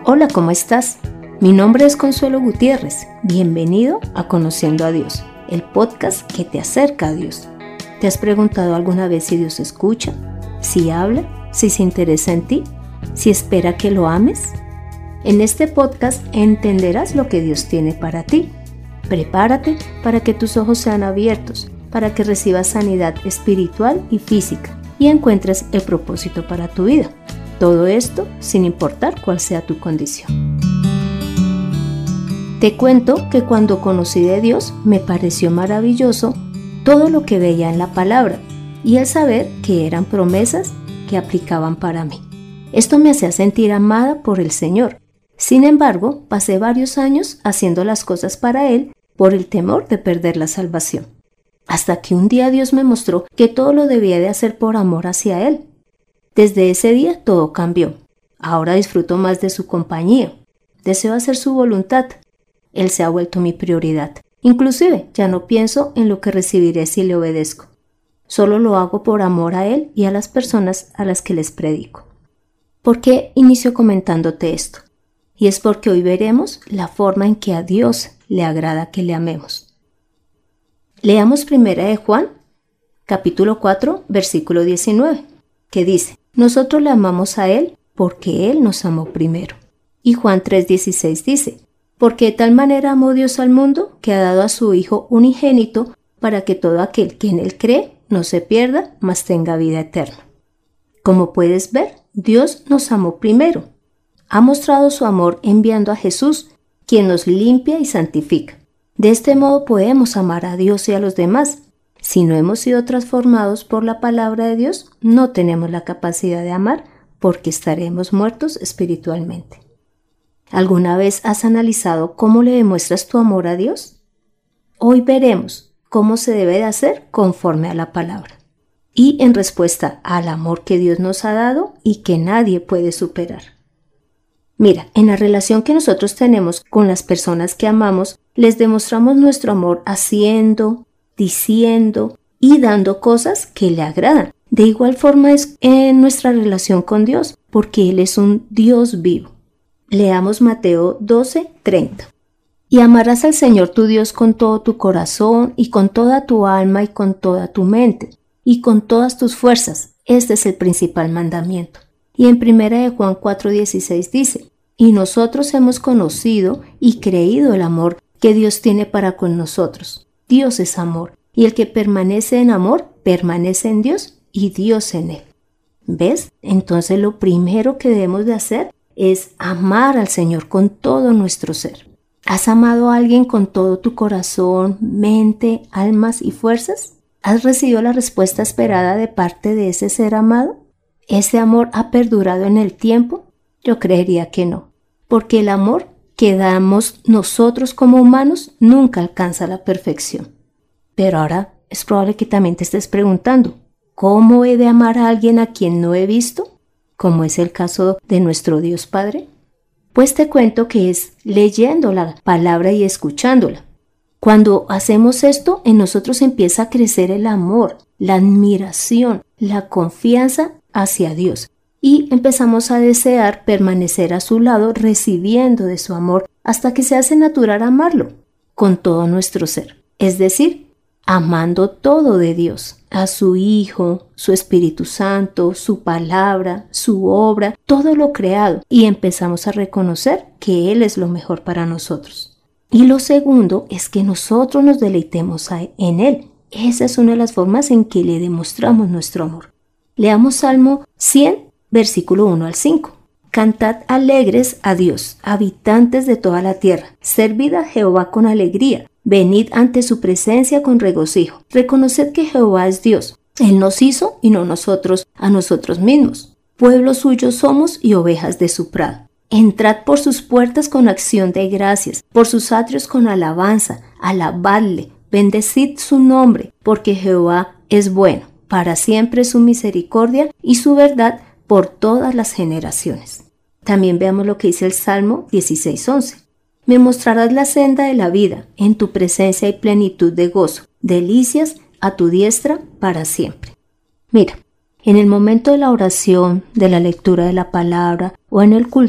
Hola, ¿cómo estás? Mi nombre es Consuelo Gutiérrez. Bienvenido a Conociendo a Dios, el podcast que te acerca a Dios. ¿Te has preguntado alguna vez si Dios escucha, si habla, si se interesa en ti, si espera que lo ames? En este podcast entenderás lo que Dios tiene para ti. Prepárate para que tus ojos sean abiertos, para que recibas sanidad espiritual y física y encuentres el propósito para tu vida. Todo esto sin importar cuál sea tu condición. Te cuento que cuando conocí de Dios me pareció maravilloso todo lo que veía en la palabra y el saber que eran promesas que aplicaban para mí. Esto me hacía sentir amada por el Señor. Sin embargo, pasé varios años haciendo las cosas para Él por el temor de perder la salvación. Hasta que un día Dios me mostró que todo lo debía de hacer por amor hacia Él. Desde ese día todo cambió. Ahora disfruto más de su compañía. Deseo hacer su voluntad. Él se ha vuelto mi prioridad. Inclusive ya no pienso en lo que recibiré si le obedezco. Solo lo hago por amor a Él y a las personas a las que les predico. ¿Por qué inicio comentándote esto? Y es porque hoy veremos la forma en que a Dios le agrada que le amemos. Leamos primera de Juan, capítulo 4, versículo 19, que dice: nosotros le amamos a Él porque Él nos amó primero. Y Juan 3:16 dice: porque de tal manera amó Dios al mundo que ha dado a su Hijo unigénito para que todo aquel que en Él cree no se pierda, mas tenga vida eterna. Como puedes ver, Dios nos amó primero. Ha mostrado su amor enviando a Jesús, quien nos limpia y santifica. De este modo podemos amar a Dios y a los demás. Si no hemos sido transformados por la palabra de Dios, no tenemos la capacidad de amar porque estaremos muertos espiritualmente. ¿Alguna vez has analizado cómo le demuestras tu amor a Dios? Hoy veremos cómo se debe de hacer conforme a la palabra y en respuesta al amor que Dios nos ha dado y que nadie puede superar. Mira, en la relación que nosotros tenemos con las personas que amamos, les demostramos nuestro amor haciendo, diciendo y dando cosas que le agradan. De igual forma es en nuestra relación con Dios, porque Él es un Dios vivo. Leamos Mateo 12:30. Y amarás al Señor tu Dios con todo tu corazón y con toda tu alma y con toda tu mente y con todas tus fuerzas. Este es el principal mandamiento. Y en primera de Juan 4:16 dice: y nosotros hemos conocido y creído el amor que Dios tiene para con nosotros. Dios es amor, y el que permanece en amor, permanece en Dios y Dios en él. ¿Ves? Entonces lo primero que debemos de hacer es amar al Señor con todo nuestro ser. ¿Has amado a alguien con todo tu corazón, mente, almas y fuerzas? ¿Has recibido la respuesta esperada de parte de ese ser amado? ¿Ese amor ha perdurado en el tiempo? Yo creería que no, porque el amor que damos nosotros como humanos nunca alcanza la perfección. Pero ahora es probable que también te estés preguntando, ¿cómo he de amar a alguien a quien no he visto? Como es el caso de nuestro Dios Padre. Pues te cuento que es leyendo la palabra y escuchándola. Cuando hacemos esto, en nosotros empieza a crecer el amor, la admiración, la confianza hacia Dios. Y empezamos a desear permanecer a su lado recibiendo de su amor hasta que se hace natural amarlo con todo nuestro ser. Es decir, amando todo de Dios, a su Hijo, su Espíritu Santo, su palabra, su obra, todo lo creado, y empezamos a reconocer que Él es lo mejor para nosotros. Y lo segundo es que nosotros nos deleitemos en Él. Esa es una de las formas en que le demostramos nuestro amor. Leamos Salmo 100, versículo 1 al 5. Cantad alegres a Dios, habitantes de toda la tierra. Servid a Jehová con alegría. Venid ante su presencia con regocijo. Reconoced que Jehová es Dios. Él nos hizo y no nosotros a nosotros mismos. Pueblo suyo somos y ovejas de su prado. Entrad por sus puertas con acción de gracias, por sus atrios con alabanza. Alabadle, bendecid su nombre, porque Jehová es bueno. Para siempre su misericordia y su verdad por todas las generaciones. También veamos lo que dice el Salmo 16:11. Me mostrarás la senda de la vida, en tu presencia hay plenitud de gozo, delicias a tu diestra para siempre. Mira, en el momento de la oración, de la lectura de la palabra o en el culto,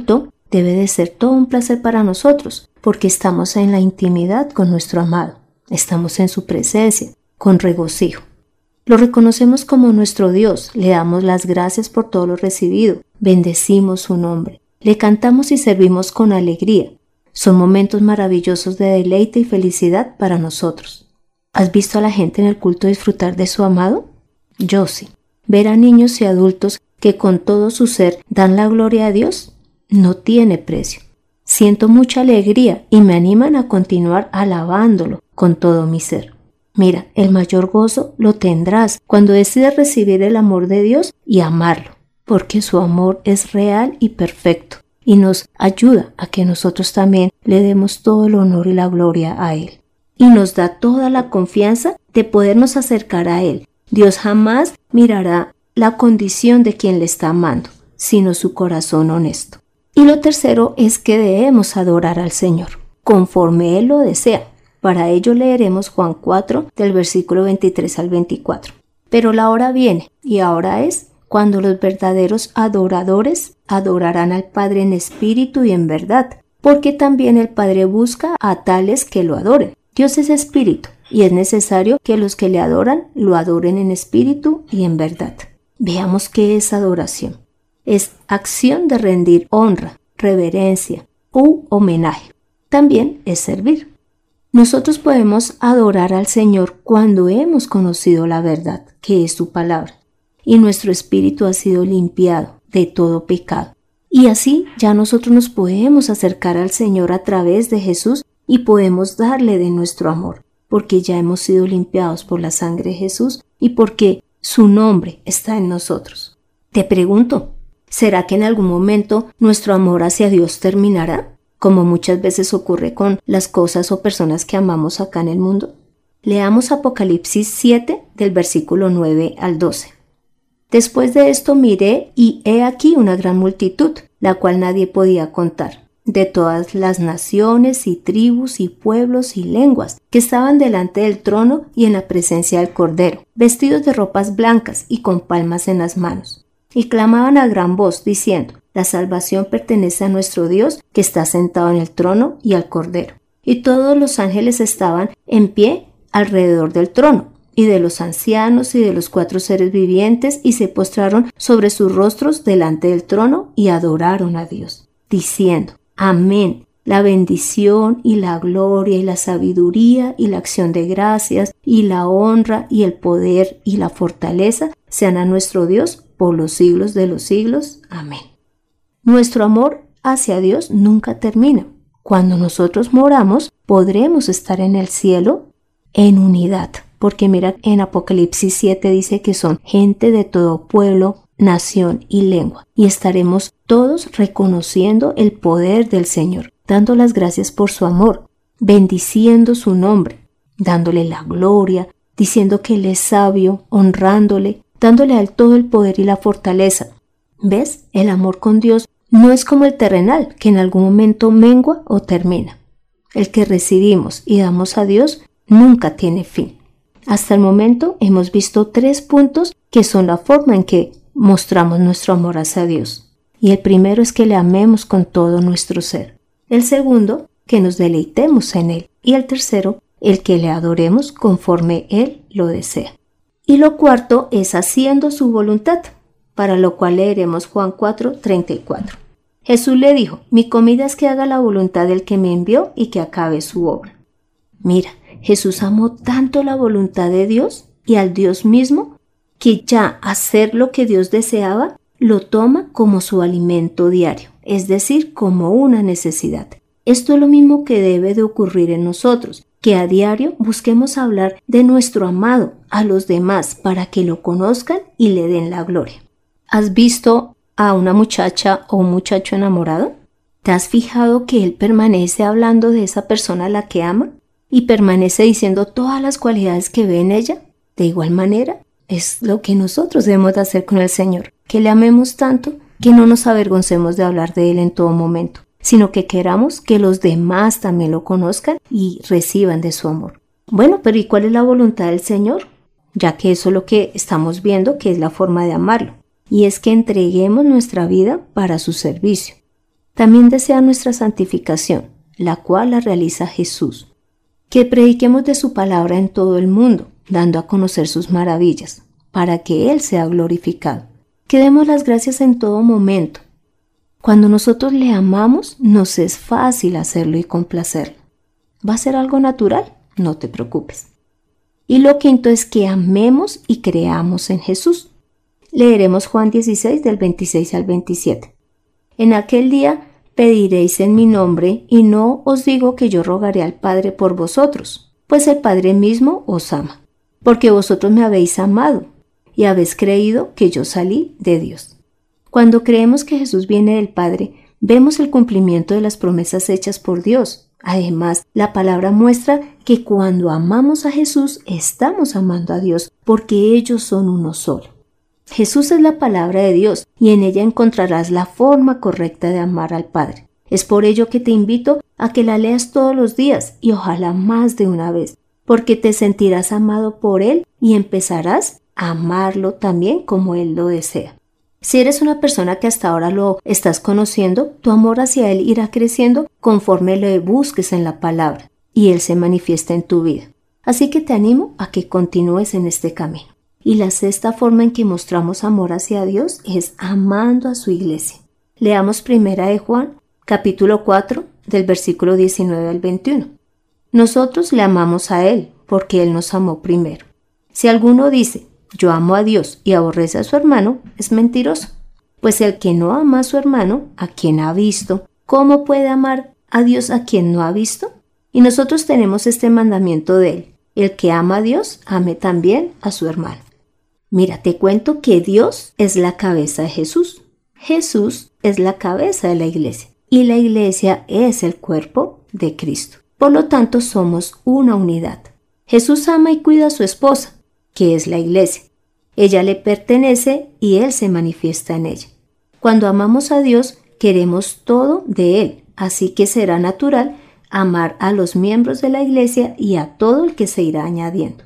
debe de ser todo un placer para nosotros, porque estamos en la intimidad con nuestro amado, estamos en su presencia, con regocijo. Lo reconocemos como nuestro Dios, le damos las gracias por todo lo recibido, bendecimos su nombre, le cantamos y servimos con alegría. Son momentos maravillosos de deleite y felicidad para nosotros. ¿Has visto a la gente en el culto disfrutar de su amado? Yo sí. Ver a niños y adultos que con todo su ser dan la gloria a Dios no tiene precio. Siento mucha alegría y me animan a continuar alabándolo con todo mi ser. Mira, el mayor gozo lo tendrás cuando decides recibir el amor de Dios y amarlo, porque su amor es real y perfecto y nos ayuda a que nosotros también le demos todo el honor y la gloria a Él. Y nos da toda la confianza de podernos acercar a Él. Dios jamás mirará la condición de quien le está amando, sino su corazón honesto. Y lo tercero es que debemos adorar al Señor, conforme Él lo desea. Para ello leeremos Juan 4 del versículo 23 al 24. Pero la hora viene, y ahora es, cuando los verdaderos adoradores adorarán al Padre en espíritu y en verdad, porque también el Padre busca a tales que lo adoren. Dios es espíritu, y es necesario que los que le adoran lo adoren en espíritu y en verdad. Veamos qué es adoración. Es acción de rendir honra, reverencia u homenaje. También es servir. Nosotros podemos adorar al Señor cuando hemos conocido la verdad, que es su palabra, y nuestro espíritu ha sido limpiado de todo pecado. Y así ya nosotros nos podemos acercar al Señor a través de Jesús y podemos darle de nuestro amor, porque ya hemos sido limpiados por la sangre de Jesús y porque su nombre está en nosotros. Te pregunto, ¿será que en algún momento nuestro amor hacia Dios terminará? Como muchas veces ocurre con las cosas o personas que amamos acá en el mundo. Leamos Apocalipsis 7 del versículo 9 al 12. Después de esto miré y he aquí una gran multitud, la cual nadie podía contar, de todas las naciones y tribus y pueblos y lenguas, que estaban delante del trono y en la presencia del Cordero, vestidos de ropas blancas y con palmas en las manos. Y clamaban a gran voz, diciendo: la salvación pertenece a nuestro Dios, que está sentado en el trono, y al Cordero. Y todos los ángeles estaban en pie alrededor del trono, y de los ancianos y de los 4 seres vivientes, y se postraron sobre sus rostros delante del trono, y adoraron a Dios, diciendo: Amén. La bendición y la gloria y la sabiduría y la acción de gracias y la honra y el poder y la fortaleza sean a nuestro Dios por los siglos de los siglos. Amén. Nuestro amor hacia Dios nunca termina. Cuando nosotros moramos, podremos estar en el cielo en unidad, porque mira, en Apocalipsis 7 dice que son gente de todo pueblo, nación y lengua, y estaremos todos reconociendo el poder del Señor, dando las gracias por su amor, bendiciendo su nombre, dándole la gloria, diciendo que Él es sabio, honrándole, dándole a Él todo el poder y la fortaleza. ¿Ves? El amor con Dios no es como el terrenal, que en algún momento mengua o termina. El que recibimos y damos a Dios nunca tiene fin. Hasta el momento hemos visto 3 puntos que son la forma en que mostramos nuestro amor hacia Dios. Y el primero es que le amemos con todo nuestro ser. El segundo, que nos deleitemos en Él. Y el tercero, el que le adoremos conforme Él lo desea. Y lo cuarto es haciendo su voluntad, para lo cual leeremos Juan 4:34. Jesús le dijo: mi comida es que haga la voluntad del que me envió y que acabe su obra. Mira, Jesús amó tanto la voluntad de Dios y al Dios mismo, que ya hacer lo que Dios deseaba lo toma como su alimento diario, es decir, como una necesidad. Esto es lo mismo que debe de ocurrir en nosotros, que a diario busquemos hablar de nuestro amado a los demás para que lo conozcan y le den la gloria. ¿Has visto a una muchacha o un muchacho enamorado? ¿Te has fijado que él permanece hablando de esa persona a la que ama y permanece diciendo todas las cualidades que ve en ella? De igual manera, es lo que nosotros debemos de hacer con el Señor, que le amemos tanto que no nos avergoncemos de hablar de Él en todo momento, sino que queramos que los demás también lo conozcan y reciban de su amor. Bueno, pero ¿y cuál es la voluntad del Señor? Ya que eso es lo que estamos viendo, que es la forma de amarlo, y es que entreguemos nuestra vida para su servicio. también desea nuestra santificación, la cual la realiza Jesús. Que prediquemos de su palabra en todo el mundo, dando a conocer sus maravillas, para que Él sea glorificado. Que demos las gracias en todo momento. Cuando nosotros le amamos, nos es fácil hacerlo y complacerlo. ¿Va a ser algo natural? No te preocupes. Y lo quinto es que amemos y creamos en Jesús. Leeremos Juan 16 del 26 al 27. En aquel día pediréis en mi nombre, y no os digo que yo rogaré al Padre por vosotros, pues el Padre mismo os ama, porque vosotros me habéis amado, y habéis creído que yo salí de Dios. Cuando creemos que Jesús viene del Padre, vemos el cumplimiento de las promesas hechas por Dios. Además, la palabra muestra que cuando amamos a Jesús, estamos amando a Dios, porque ellos son uno solo. Jesús es la palabra de Dios y en ella encontrarás la forma correcta de amar al Padre. Es por ello que te invito a que la leas todos los días y ojalá más de una vez, porque te sentirás amado por Él y empezarás a amarlo también como Él lo desea. Si eres una persona que hasta ahora lo estás conociendo, tu amor hacia Él irá creciendo conforme lo busques en la palabra y Él se manifiesta en tu vida. Así que te animo a que continúes en este camino. Y la sexta forma en que mostramos amor hacia Dios es amando a su iglesia. Leamos primera de Juan, capítulo 4, del versículo 19 al 21. Nosotros le amamos a Él, porque Él nos amó primero. Si alguno dice, yo amo a Dios y aborrece a su hermano, es mentiroso. Pues el que no ama a su hermano, a quien ha visto, ¿cómo puede amar a Dios a quien no ha visto? Y nosotros tenemos este mandamiento de Él. El que ama a Dios, ame también a su hermano. Mira, te cuento que Dios es la cabeza de Jesús. Jesús es la cabeza de la iglesia y la iglesia es el cuerpo de Cristo. Por lo tanto, somos una unidad. Jesús ama y cuida a su esposa, que es la iglesia. Ella le pertenece y Él se manifiesta en ella. Cuando amamos a Dios, queremos todo de Él, así que será natural amar a los miembros de la iglesia y a todo el que se irá añadiendo.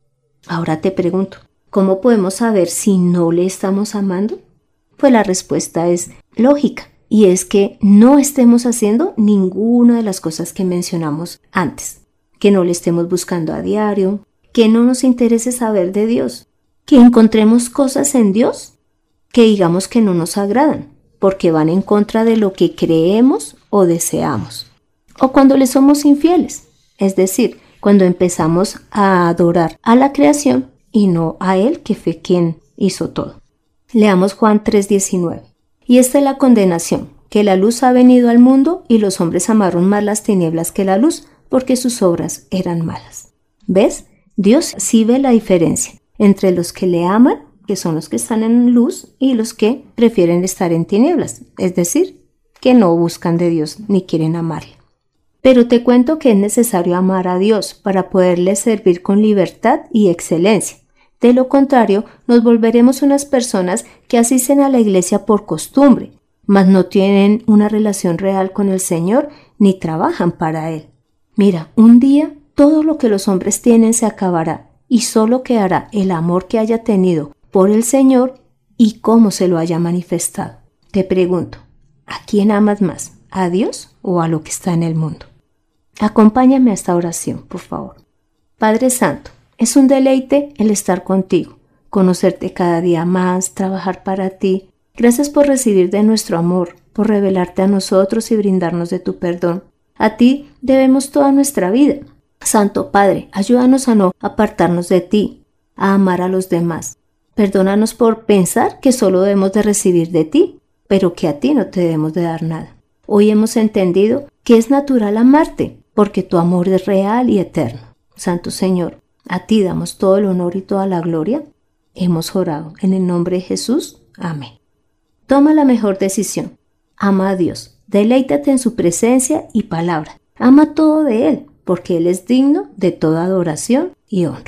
Ahora te pregunto, ¿cómo podemos saber si no le estamos amando? Pues la respuesta es lógica, y es que no estemos haciendo ninguna de las cosas que mencionamos antes. Que no le estemos buscando a diario, que no nos interese saber de Dios, que encontremos cosas en Dios que digamos que no nos agradan, porque van en contra de lo que creemos o deseamos. O cuando le somos infieles, es decir, cuando empezamos a adorar a la creación y no a Él, que fue quien hizo todo. Leamos Juan 3:19. Y esta es la condenación, que la luz ha venido al mundo y los hombres amaron más las tinieblas que la luz, porque sus obras eran malas. ¿Ves? Dios sí ve la diferencia entre los que le aman, que son los que están en luz, y los que prefieren estar en tinieblas, es decir, que no buscan de Dios ni quieren amarle. Pero te cuento que es necesario amar a Dios para poderle servir con libertad y excelencia. De lo contrario, nos volveremos unas personas que asisten a la iglesia por costumbre, mas no tienen una relación real con el Señor ni trabajan para Él. Mira, un día todo lo que los hombres tienen se acabará y solo quedará el amor que haya tenido por el Señor y cómo se lo haya manifestado. Te pregunto, ¿a quién amas más? ¿A Dios o a lo que está en el mundo? Acompáñame a esta oración, por favor. Padre Santo, es un deleite el estar contigo, conocerte cada día más, trabajar para ti. Gracias por recibir de nuestro amor, por revelarte a nosotros y brindarnos de tu perdón. A ti debemos toda nuestra vida. Santo Padre, ayúdanos a no apartarnos de ti, a amar a los demás. Perdónanos por pensar que solo debemos de recibir de ti, pero que a ti no te debemos de dar nada. Hoy hemos entendido que es natural amarte, porque tu amor es real y eterno. Santo Señor, a ti damos todo el honor y toda la gloria. Hemos orado en el nombre de Jesús. Amén. Toma la mejor decisión. Ama a Dios. Deleítate en su presencia y palabra. Ama todo de Él, porque Él es digno de toda adoración y honra.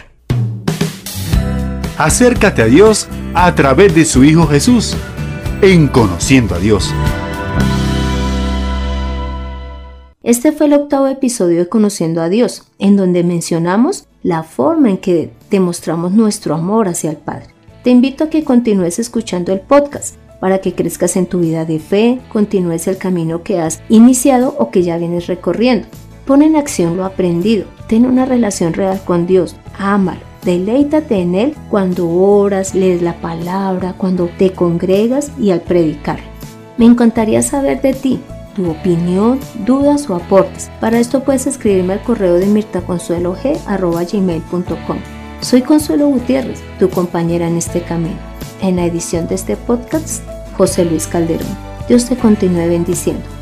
Acércate a Dios a través de su Hijo Jesús, en Conociendo a Dios. Este fue el 8º episodio de Conociendo a Dios, en donde mencionamos la forma en que demostramos nuestro amor hacia el Padre. Te invito a que continúes escuchando el podcast para que crezcas en tu vida de fe, continúes el camino que has iniciado o que ya vienes recorriendo. Pon en acción lo aprendido, ten una relación real con Dios, ámalo, deleítate en Él cuando oras, lees la palabra, cuando te congregas y al predicar. Me encantaría saber de ti, tu opinión, dudas o aportes. Para esto puedes escribirme al correo de mirtaconsuelog@gmail.com. Soy Consuelo Gutiérrez, tu compañera en este camino. En la edición de este podcast, José Luis Calderón. Dios te continúe bendiciendo.